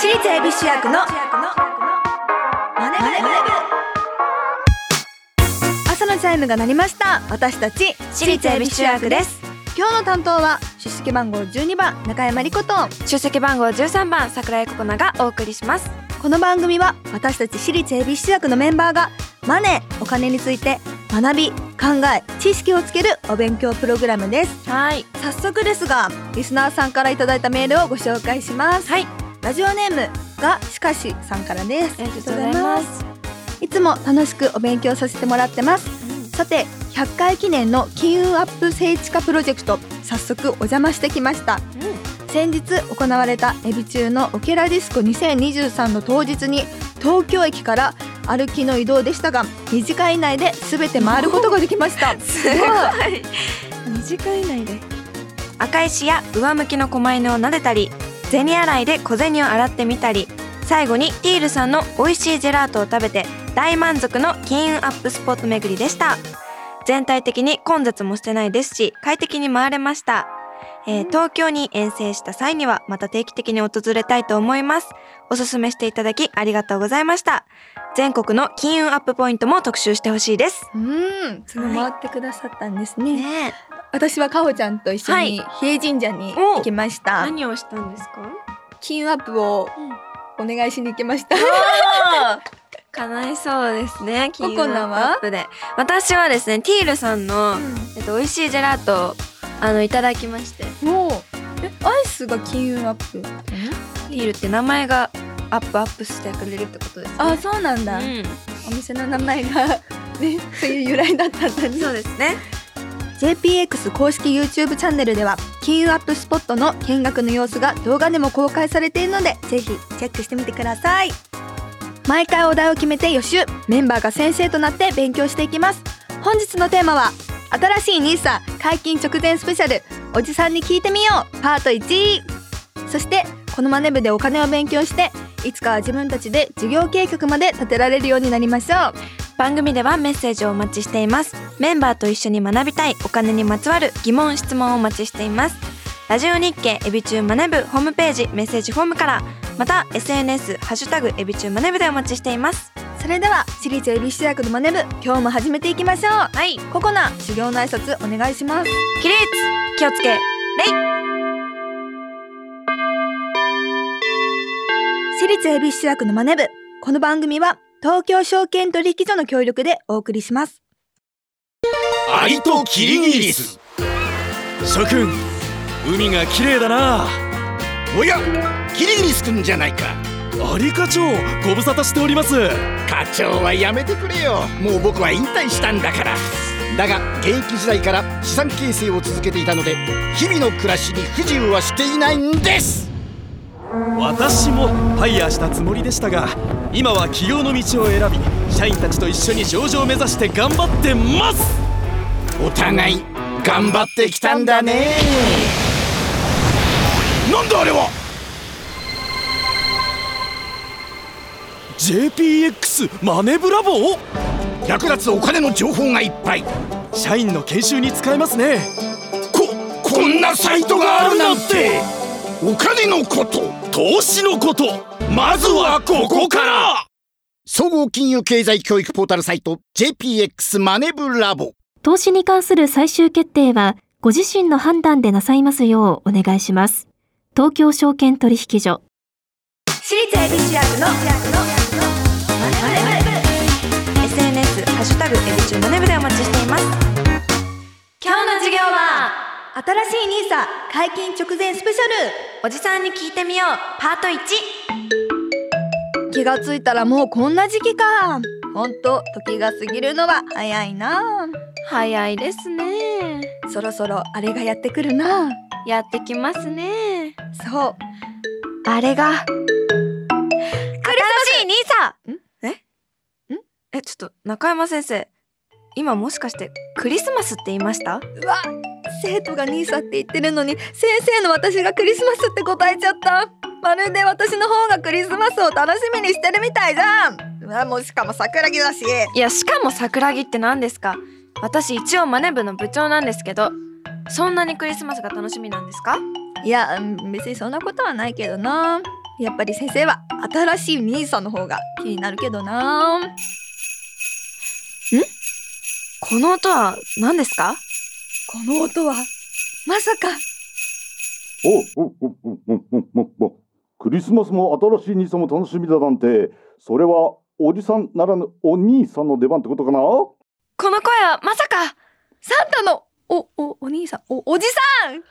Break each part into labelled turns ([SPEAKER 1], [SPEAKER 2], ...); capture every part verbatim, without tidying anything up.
[SPEAKER 1] 私立恵比寿中学のマネマネブ。朝のチャイムが鳴りました。私たち私立恵比寿中学です。今日の担当は出席番号じゅうにばん中山莉子と
[SPEAKER 2] 出席番号じゅうさんばん桜井心那がお送りします。
[SPEAKER 1] この番組は私たち私立恵比寿中学のメンバーがマネー、お金について学び、考え、知識をつけるお勉強プログラムです。
[SPEAKER 2] はい、
[SPEAKER 1] 早速ですがリスナーさんからいただいたメールをご紹介します。
[SPEAKER 2] はい、
[SPEAKER 1] ラジオネームがしかしさんからです。
[SPEAKER 2] ありがとうございます。
[SPEAKER 1] いつも楽しくお勉強させてもらってます、うん、さてひゃっかい記念の金運アップ聖地化プロジェクト、早速お邪魔してきました、うん、先日行われたエビ中のオケラディスコにせんにじゅうさんの当日に東京駅から歩きの移動でしたがにじかん以内で全て回ることができました
[SPEAKER 2] すごいにじかん以内で赤石や上向きの狛犬を撫でたり、銭洗いで小銭を洗ってみたり、最後にティールさんの美味しいジェラートを食べて大満足の金運アップスポット巡りでした。全体的に混雑もしてないですし快適に回れました、えー、東京に遠征した際にはまた定期的に訪れたいと思います。おすすめしていただきありがとうございました。全国の金運アップポイントも特集してほしいです。
[SPEAKER 1] うん、その回ってくださったんですね、
[SPEAKER 2] ねえ、
[SPEAKER 1] 私はかほちゃんと一緒に比叡神社に行きました。
[SPEAKER 2] 何をしたんですか？
[SPEAKER 1] 金運アップをお願いしに行きました、うん
[SPEAKER 2] 叶いそうですね。
[SPEAKER 1] ココナは
[SPEAKER 2] アップで私はですねティールさんの、うんえっと、美味しいジェラートをあのいただきまして。
[SPEAKER 1] もうえアイスが金運アップ、うん、
[SPEAKER 2] ティールって名前がアップアップしてくれるってことですね。
[SPEAKER 1] あ、そうなんだ、うん、お店の名前がねそういう由来だったんだね。
[SPEAKER 2] そうですね。
[SPEAKER 1] ジェーピーエックス 公式 YouTube チャンネルでは金運アップスポットの見学の様子が動画でも公開されているのでぜひチェックしてみてください。毎回お題を決めて予習、メンバーが先生となって勉強していきます。本日のテーマは新しい ニーサ 解禁直前スペシャル、おじさんに聞いてみようパートいち。そしてこのマネ部でお金を勉強していつかは自分たちで事業計画まで立てられるようになりましょう。
[SPEAKER 2] 番組ではメッセージをお待ちしています。メンバーと一緒に学びたいお金にまつわる疑問質問をお待ちしています。ラジオ日経エビチューマネ部ホームページメッセージフォームから、また エスエヌエス ハッシュタグエビチューマネ部でお待ちしています。
[SPEAKER 1] それでは私立恵比寿中学のマネ部、今日も始めていきましょう。
[SPEAKER 2] はい、
[SPEAKER 1] ココナ修行の挨拶お願いします。
[SPEAKER 2] 起立、気をつけ礼。
[SPEAKER 1] 私立恵比寿中学のマネ部、この番組は東京証券取引所の協力でお送りします。
[SPEAKER 3] アリとキリギリス。諸君、海が綺麗だな。
[SPEAKER 4] おや、キリギリス君じゃないか。
[SPEAKER 3] アリ課長、ご無沙汰しております。
[SPEAKER 4] 課長はやめてくれよ。もう僕は引退したんだから。だが現役時代から資産形成を続けていたので日々の暮らしに不自由はしていないんです。
[SPEAKER 3] 私もファイヤーしたつもりでしたが、今は起業の道を選び社員たちと一緒に上場を目指して頑張ってます。
[SPEAKER 4] お互い頑張ってきたんだね。なんだあれは。
[SPEAKER 3] ジェーピーエックス マネブラボー。
[SPEAKER 4] 役立つお金の情報がいっぱい。
[SPEAKER 3] 社員の研修に使えますね。
[SPEAKER 4] こ、こんなサイトがあるなんて。お金のこと、
[SPEAKER 3] 投資のこと、まずはここから。
[SPEAKER 4] 総合金融経済教育ポータルサイト ジェーピーエックス マネブラボ。
[SPEAKER 5] 投資に関する最終決定はご自身の判断でなさいますようお願いします。東京証券取引所。
[SPEAKER 1] 私立恵比寿中学のマネ部、
[SPEAKER 2] エスエヌエス ハッシュタグエビチューマネ部でお待ちしています。今日の授業は
[SPEAKER 1] 新しい ニーサ 解禁直前スペシャル、
[SPEAKER 2] おじさんに聞いてみようパートいち。
[SPEAKER 1] 気がついたらもうこんな時期か。ほんと時が過ぎるのは早いな。
[SPEAKER 2] 早いですね。
[SPEAKER 1] そろそろあれがやってくるな。
[SPEAKER 2] やってきますね。
[SPEAKER 1] そう、
[SPEAKER 2] あれが新しい ニーサ。 んえんえちょっと中山先生、今もしかしてクリスマスって言いました？
[SPEAKER 1] うわ、生徒が ニーサ って言ってるのに先生の私がクリスマスって答えちゃった。まるで私の方がクリスマスを楽しみにしてるみたいじゃん。うわ、もうしかも桜木だし。
[SPEAKER 2] いや、しかも桜木って何ですか。私一応マネ部の部長なんですけど。 そんなにクリスマスが楽しみなんですか？
[SPEAKER 1] いや、別にそんなことはないけどな。やっぱり先生は新しいニーサの方が気になるけどな。ん？
[SPEAKER 2] この音は何ですか？
[SPEAKER 1] この音はまさか。
[SPEAKER 6] おおおおおおおクリスマスも新しいニーサも楽しみだなんて、それはおじさんならぬお兄さんの出番ってことかな？
[SPEAKER 2] この声はまさか
[SPEAKER 1] サンタのおおお兄さん、おおじさん。いや、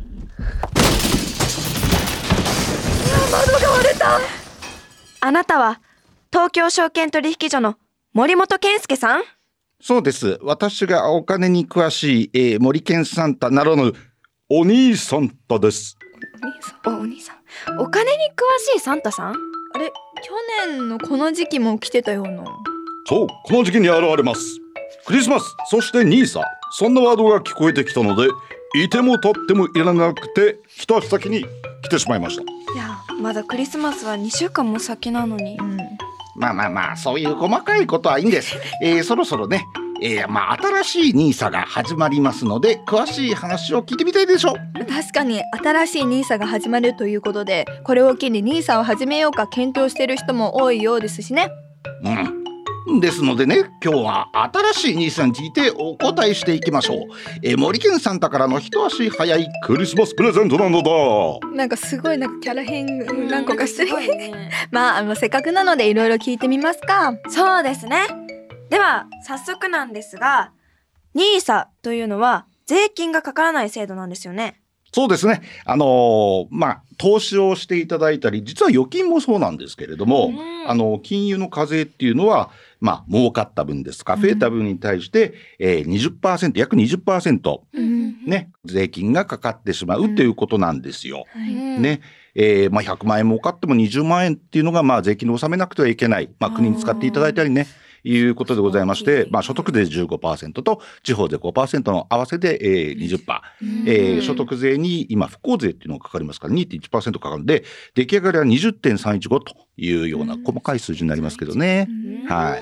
[SPEAKER 1] 窓が割れた。
[SPEAKER 2] あなたは東京証券取引所の森本健介さん？
[SPEAKER 4] そうです。私がお金に詳しい、えー、森健サンタならぬお兄サンタです。
[SPEAKER 2] おお兄さん、お金に詳しいサンタさん？
[SPEAKER 1] あれ、去年のこの時期も来てたような。
[SPEAKER 6] そう、この時期に現れます。クリスマス、そしてニーサ、そんなワードが聞こえてきたので、いても立ってもいらなくて一足先に来てしまいました。
[SPEAKER 2] いや、まだクリスマスはにしゅうかんも先なのに、うん、
[SPEAKER 4] まあまあまあ、そういう細かいことはいいんです。えー、そろそろね、えー、まあ新しいニーサが始まりますので、詳しい話を聞いてみたいでしょう。
[SPEAKER 1] 確かに新しいニーサが始まるということで、これを機にニーサを始めようか検討している人も多いようですしね。
[SPEAKER 4] うん。ですのでね、今日は新しいニーサについてお答えしていきましょう。えー、森健サンタからの一足早いクリスマスプレゼントなのだ。
[SPEAKER 1] なんかすごいなんかキャラ変何個かしてる、
[SPEAKER 2] うんね、
[SPEAKER 1] まあ、あのせっかくなのでいろいろ聞いてみますか。
[SPEAKER 2] そうですね。では早速なんですが、ニーサというのは税金がかからない制度なんですよね。
[SPEAKER 4] そうですね。あのー、まあ投資をしていただいたり、実は預金もそうなんですけれども、うん、あの金融の課税っていうのは、まあ儲かった分ですか、増えた分に対して、えー、にじゅっパーセント、約 にじゅっパーセント、うん、ね、税金がかかってしまうということなんですよ。うん、ね。えー、まあひゃくまんえん儲かってもにじゅうまんえんっていうのがまあ税金で納めなくてはいけない。まあ国に使っていただいたりね。いうことでございまして、まあ所得税 じゅうごパーセント と地方税 ごパーセント の合わせで、えー、にじゅっパーセント、えー、所得税に今不公税っていうのがかかりますから にてんいちパーセント かかるんで、出来上がりは にじゅってんさんいちご というような細かい数字になりますけどね。はい。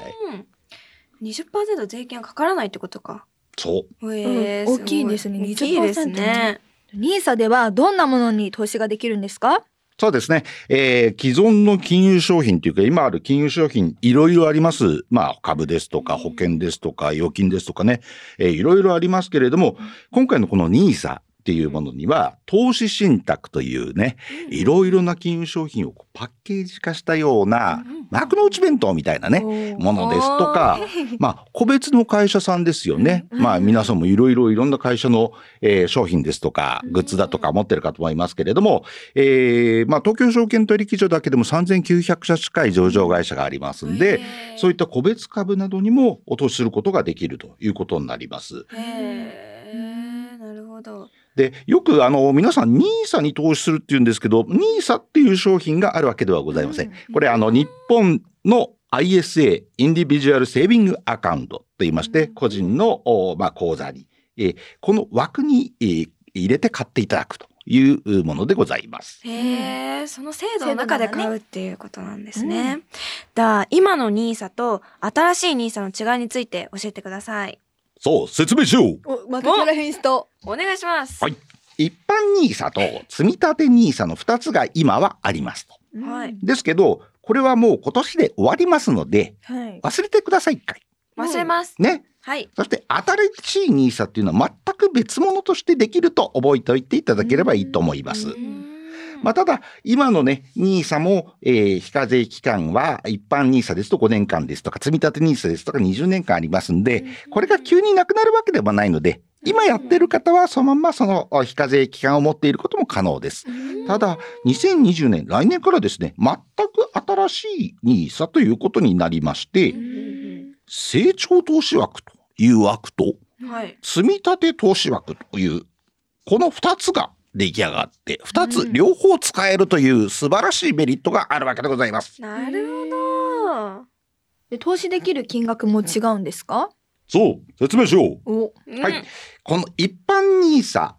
[SPEAKER 2] にじゅっパーセント 税金がかからないってことか。
[SPEAKER 4] そう。
[SPEAKER 2] えー、
[SPEAKER 1] 大きいですね。にじゅっパーセント
[SPEAKER 2] ね。
[SPEAKER 1] ニーサではどんなものに投資ができるんですか？
[SPEAKER 4] そうですね。えー、既存の金融商品というか、今ある金融商品いろいろあります。まあ、株ですとか、保険ですとか、預金ですとかね、えー、いろいろありますけれども、今回のこのニーサっていうものには、投資信託というね、いろいろな金融商品をパッケージ化したような、幕の内弁当みたいなね、ものですとか、まあ、個別の会社さんですよね。まあ、皆さんもいろいろいろんな会社の、えー、商品ですとか、グッズだとか持ってるかと思いますけれども、えー、まあ、東京証券取引所だけでもさんぜんきゅうひゃくしゃ近い上場会社がありますんで、そういった個別株などにもお投資することができるということになります。
[SPEAKER 2] へー、なるほど。
[SPEAKER 4] で、よくあの皆さんニーサに投資するって言うんですけど、ニーサっていう商品があるわけではございません。これあの日本の アイエスエー インディビジュアルセービングアカウントと言いまして、個人の、まあ、口座に、えー、この枠に、えー、入れて買っていただくというものでございます。
[SPEAKER 2] へえ、その制度の中で買うっていうことなんですね。うん、だ今のニーサと新しいニーサの違いについて教えてください。
[SPEAKER 6] そう、説明しよう。
[SPEAKER 1] お、またキャラ変した。
[SPEAKER 2] お願いします。
[SPEAKER 4] はい。一般ニーサと積立ニーサのふたつが今はありますと。
[SPEAKER 2] はい。
[SPEAKER 4] ですけど、これはもう今年で終わりますので、はい、忘れてくださいかい。
[SPEAKER 2] 忘れます。
[SPEAKER 4] ね。
[SPEAKER 2] はい。
[SPEAKER 4] そして新しいニーサっていうのは全く別物としてできると覚えておいていただければいいと思います。まあ、ただ、今のね、ニーサも、えー、非課税期間は一般ニーサですとごねんかんですとか、積立ニーサですとかにじゅうねんかんありますんで、これが急になくなるわけではないので、今やってる方はそのままその非課税期間を持っていることも可能です。ただ、にせんにじゅうねん、来年からですね、全く新しいニーサということになりまして、成長投資枠という枠と、積立投資枠という、このふたつが出来上がって、ふたつ両方使えるという素晴らしいメリットがあるわけでございます。
[SPEAKER 2] なるほど。
[SPEAKER 1] で、投資できる金額も違うんですか？
[SPEAKER 6] そう、説明しよう。
[SPEAKER 1] お、
[SPEAKER 4] はい。この一般ニーサって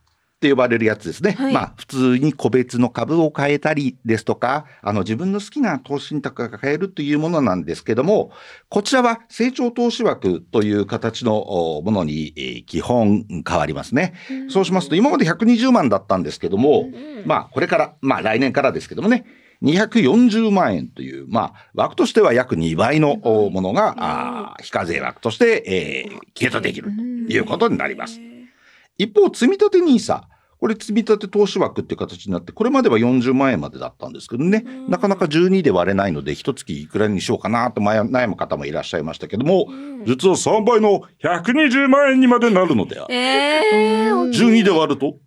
[SPEAKER 4] って呼ばれるやつですね、
[SPEAKER 2] はい、
[SPEAKER 4] まあ普通に個別の株を買えたりですとか、あの自分の好きな投資信託が買えるというものなんですけども、こちらは成長投資枠という形のものに、えー、基本変わりますね。そうしますと今までひゃくにじゅうまんだったんですけども、まあこれからまあ来年からですけどもね、にひゃくよんじゅうまんえんという、まあ、枠としては約にばいのものが、あ非課税枠として、えー、ゲットできるということになります。一方、積立 ニーサ、これ積立投資枠っていう形になって、これまではよんじゅうまんえんまでだったんですけどね、なかなかじゅうにで割れないので、一月いくらにしようかなと悩む方もいらっしゃいましたけども、
[SPEAKER 6] 実はさんばいのひゃくにじゅうまんえんにまでなるのである。
[SPEAKER 2] えー、
[SPEAKER 6] じゅうにで割ると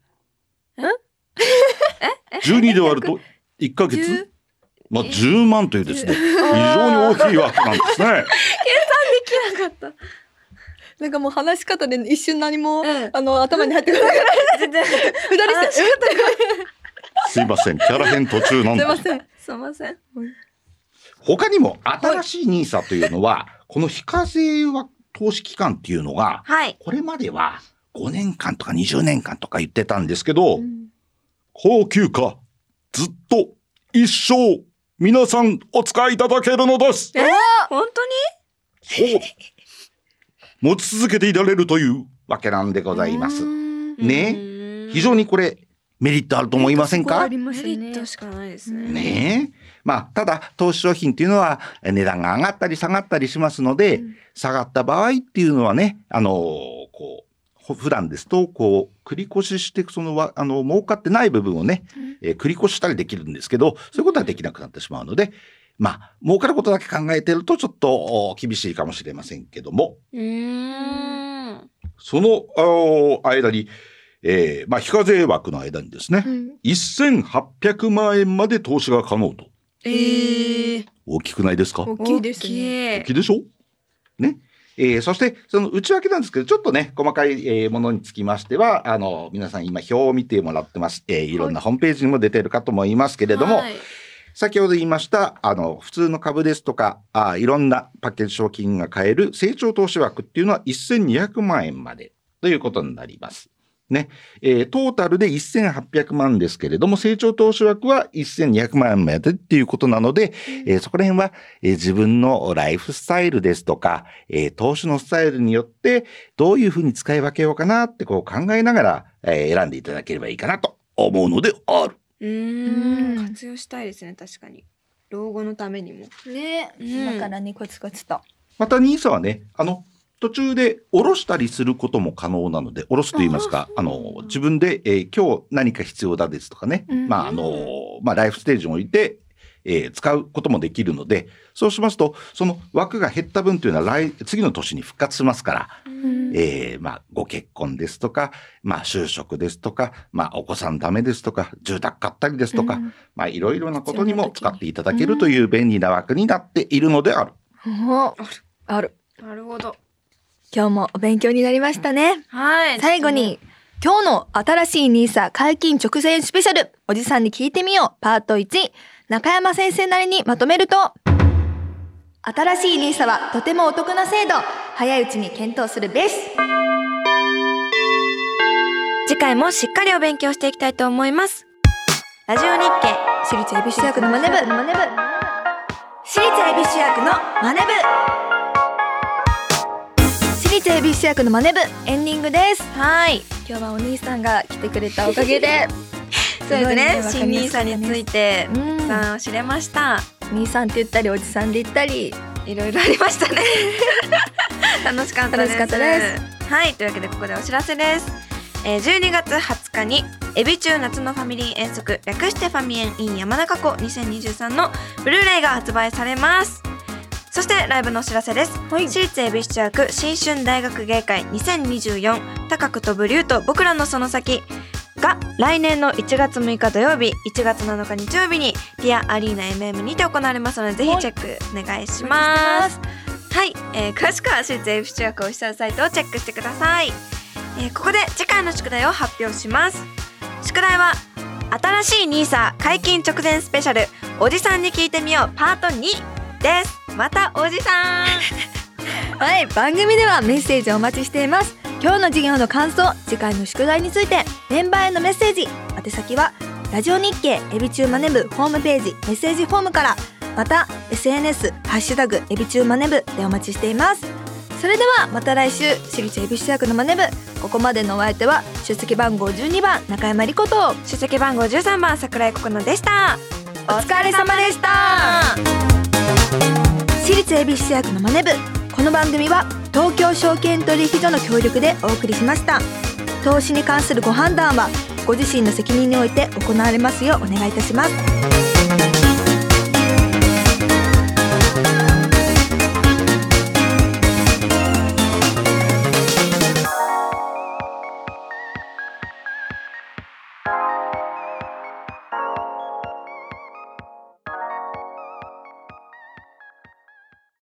[SPEAKER 6] じゅうにで割るといっかげつまあじゅうまんというですね、非常に大きい枠なんですね。
[SPEAKER 2] 計算できなかった。
[SPEAKER 1] なんかもう話し方で一瞬何も、
[SPEAKER 2] うん、
[SPEAKER 1] あの頭に入ってこないから全然ふだりして
[SPEAKER 6] すいません、キャラ変途中なんで。
[SPEAKER 1] すいません
[SPEAKER 2] すいません。
[SPEAKER 4] 他にも新しいニーサというのは、はい、この非課税投資期間っていうのが、はい、これまではごねんかんとかにじゅうねんかんとか言ってたんですけど、うん、
[SPEAKER 6] 高級化ずっと一生皆さんお使いいただけるのです。
[SPEAKER 2] えー、本当
[SPEAKER 6] に？そう持ち続けていられるという
[SPEAKER 4] わけなんでございます。ね、非常にこれメリットあると思いませんか？
[SPEAKER 2] メリットしかないですね。
[SPEAKER 4] ねえ、まあただ投資商品っていうのは値段が上がったり下がったりしますので、うん、下がった場合っていうのはね、あのー、こう普段ですとこう繰り越ししてそのあの儲かってない部分をね、うんえー、繰り越したりできるんですけど、そういうことはできなくなってしまうので。まあ、儲かることだけ考えてるとちょっと厳しいかもしれませんけども、うーんその間に、えーまあ、非課税枠の間にですね、うん、せんはっぴゃくまんえんまで投資が可能と。
[SPEAKER 2] えー、
[SPEAKER 4] 大きくないですか？
[SPEAKER 1] 大きいですね。
[SPEAKER 4] 大きいでしょね。えー、そしてその内訳なんですけど、ちょっとね細かい、えー、ものにつきましてはあの皆さん今表を見てもらってます、えー、いろんなホームページにも出てるかと思いますけれども、はい、先ほど言いましたあの普通の株ですとかあいろんなパッケージ商品が買える成長投資枠っていうのはせんにひゃくまんえんまでということになりますね。えー、トータルでせんはっぴゃくまんですけれども成長投資枠はせんにひゃくまんえんまでっていうことなので、えー、そこら辺は、えー、自分のライフスタイルですとか、えー、投資のスタイルによってどういうふうに使い分けようかなってこう考えながら、えー、選んでいただければいいかなと思うのである。
[SPEAKER 2] うーん活用したいですね。確かに老後のためにも
[SPEAKER 1] ね、うん、だからねコツコツと
[SPEAKER 4] またニーサはねあの途中で下ろしたりすることも可能なので下ろすと言いますかあの自分で、えー、今日何か必要だですとかね、うん、まああのまあライフステージにおいて、えー、使うこともできるのでそうしますとその枠が減った分というのは来次の年に復活しますから、うんえー、まあご結婚ですとかまあ就職ですとかまあお子さんのためですとか住宅買ったりですとか、うん、まあいろいろなことにも使っていただけるという便利な枠になっているのである。
[SPEAKER 1] うん、ある
[SPEAKER 2] なるほど。
[SPEAKER 1] 今日もお勉強になりましたね。
[SPEAKER 2] はい。
[SPEAKER 1] 最後に今日の新しいニーサ解禁直前スペシャルおじさんに聞いてみようパートいち中山先生なりにまとめると新しいニーサはとてもお得な制度早いうちに検討するべし。
[SPEAKER 2] 次回もしっかりお勉強していきたいと思います。ラジオ日経
[SPEAKER 1] 私立恵比寿役のマネ部マネ部
[SPEAKER 2] 私立恵比寿役のマネ部
[SPEAKER 1] 私立恵比寿役のマネ部エンディングです。
[SPEAKER 2] はい。
[SPEAKER 1] 今日はお兄さんが来てくれたおかげで
[SPEAKER 2] そうですね。新ニーサについてたくさん知れました。
[SPEAKER 1] 兄さんって言ったりおじさんで言ったり
[SPEAKER 2] いろいろありましたね。楽しかったです。
[SPEAKER 1] 楽しかったです。
[SPEAKER 2] はい。というわけでここでお知らせです。えー、じゅうにがつはつかにエビ中夏のファミリー遠足略してファミエン in 山中湖にせんにじゅうさんのブルーレイが発売されます。そしてライブのお知らせです、はい、私立恵比寿中学新春大学芸会にせんにじゅうよん高く飛ぶ竜と僕らのその先が来年のいちがつむいか土曜日いちがつなのか日曜日にティアアリーナ エムエム にて行われますのでぜひチェックお願いします。はい、えー、詳しくは私立恵比寿中学オフィシャルサイトをチェックしてください。えー、ここで次回の宿題を発表します。宿題は新しいニーサ解禁直前スペシャルおじさんに聞いてみようパートにです。またおじさん
[SPEAKER 1] はい、番組ではメッセージをお待ちしています。 今日の授業の感想、次回の宿題について、メンバーへのメッセージ、宛先はラジオ日経エビチューマネ部ホームページメッセージフォームから、また エスエヌエス ハッシュタグエビチューマネ部でお待ちしています。それではまた来週、私立恵比寿中学のマネ部、ここまでのお相手は出席番号じゅうにばん中山莉子と
[SPEAKER 2] 出席番号じゅうさんばん桜井心乃でした。
[SPEAKER 1] お疲れ様でした。私立恵比寿中学のマネ部、この番組は東京証券取引所の協力でお送りしました。投資に関するご判断はご自身の責任において行われますようお願いいたします。